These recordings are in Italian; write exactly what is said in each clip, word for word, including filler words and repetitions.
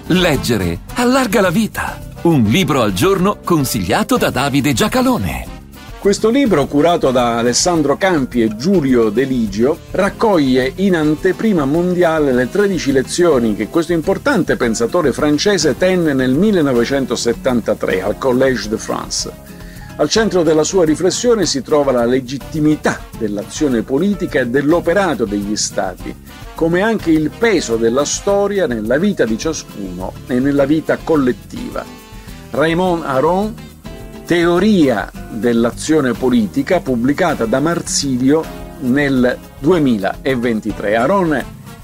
Leggere allarga la vita. Un libro al giorno consigliato da Davide Giacalone. Questo libro, curato da Alessandro Campi e Giulio De Ligio, raccoglie in anteprima mondiale le tredici lezioni che questo importante pensatore francese tenne nel millenovecentosettantatré al Collège de France. Al centro della sua riflessione si trova la legittimità dell'azione politica e dell'operato degli Stati, come anche il peso della storia nella vita di ciascuno e nella vita collettiva. Raymond Aron, Teoria dell'azione politica, pubblicata da Marsilio nel duemilaventitré. Aron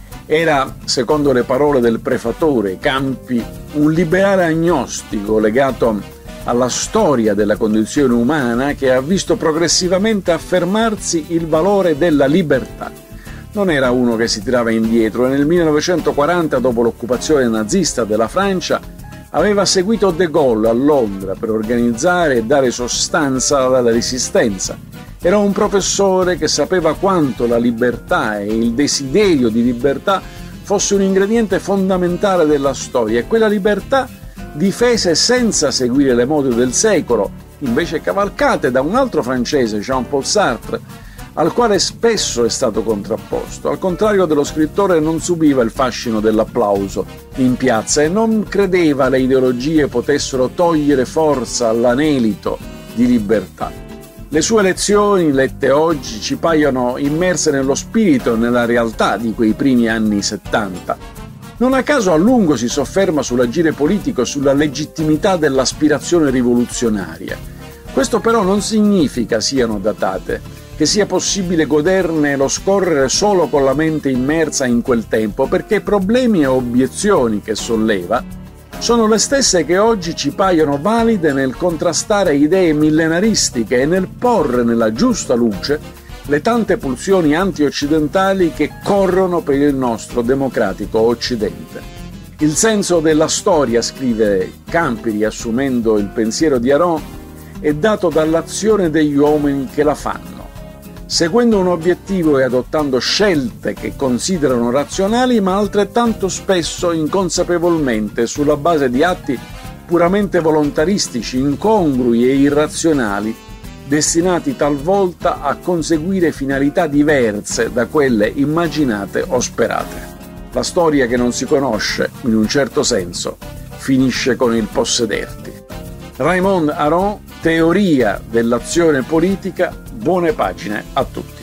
era, secondo le parole del prefatore Campi, un liberale agnostico legato alla storia della condizione umana che ha visto progressivamente affermarsi il valore della libertà. Non era uno che si tirava indietro e nel millenovecentoquaranta, dopo l'occupazione nazista della Francia, aveva seguito De Gaulle a Londra per organizzare e dare sostanza alla resistenza. Era un professore che sapeva quanto la libertà e il desiderio di libertà fosse un ingrediente fondamentale della storia, e quella libertà difese senza seguire le mode del secolo, invece cavalcate da un altro francese, Jean-Paul Sartre, al quale spesso è stato contrapposto. Al contrario dello scrittore, non subiva il fascino dell'applauso in piazza e non credeva le ideologie potessero togliere forza all'anelito di libertà. Le sue lezioni, lette oggi, ci paiono immerse nello spirito e nella realtà di quei primi anni settanta. Non a caso a lungo si sofferma sull'agire politico e sulla legittimità dell'aspirazione rivoluzionaria. Questo però non significa siano datate, che sia possibile goderne lo scorrere solo con la mente immersa in quel tempo, perché problemi e obiezioni che solleva sono le stesse che oggi ci paiono valide nel contrastare idee millenaristiche e nel porre nella giusta luce le tante pulsioni anti-occidentali che corrono per il nostro democratico Occidente. Il senso della storia, scrive Campi riassumendo il pensiero di Aron, è dato dall'azione degli uomini che la fanno, seguendo un obiettivo e adottando scelte che considerano razionali, ma altrettanto spesso inconsapevolmente sulla base di atti puramente volontaristici, incongrui e irrazionali, destinati talvolta a conseguire finalità diverse da quelle immaginate o sperate. La storia che non si conosce, in un certo senso, finisce con il possederti. Raymond Aron, Teoria dell'azione politica, buone pagine a tutti.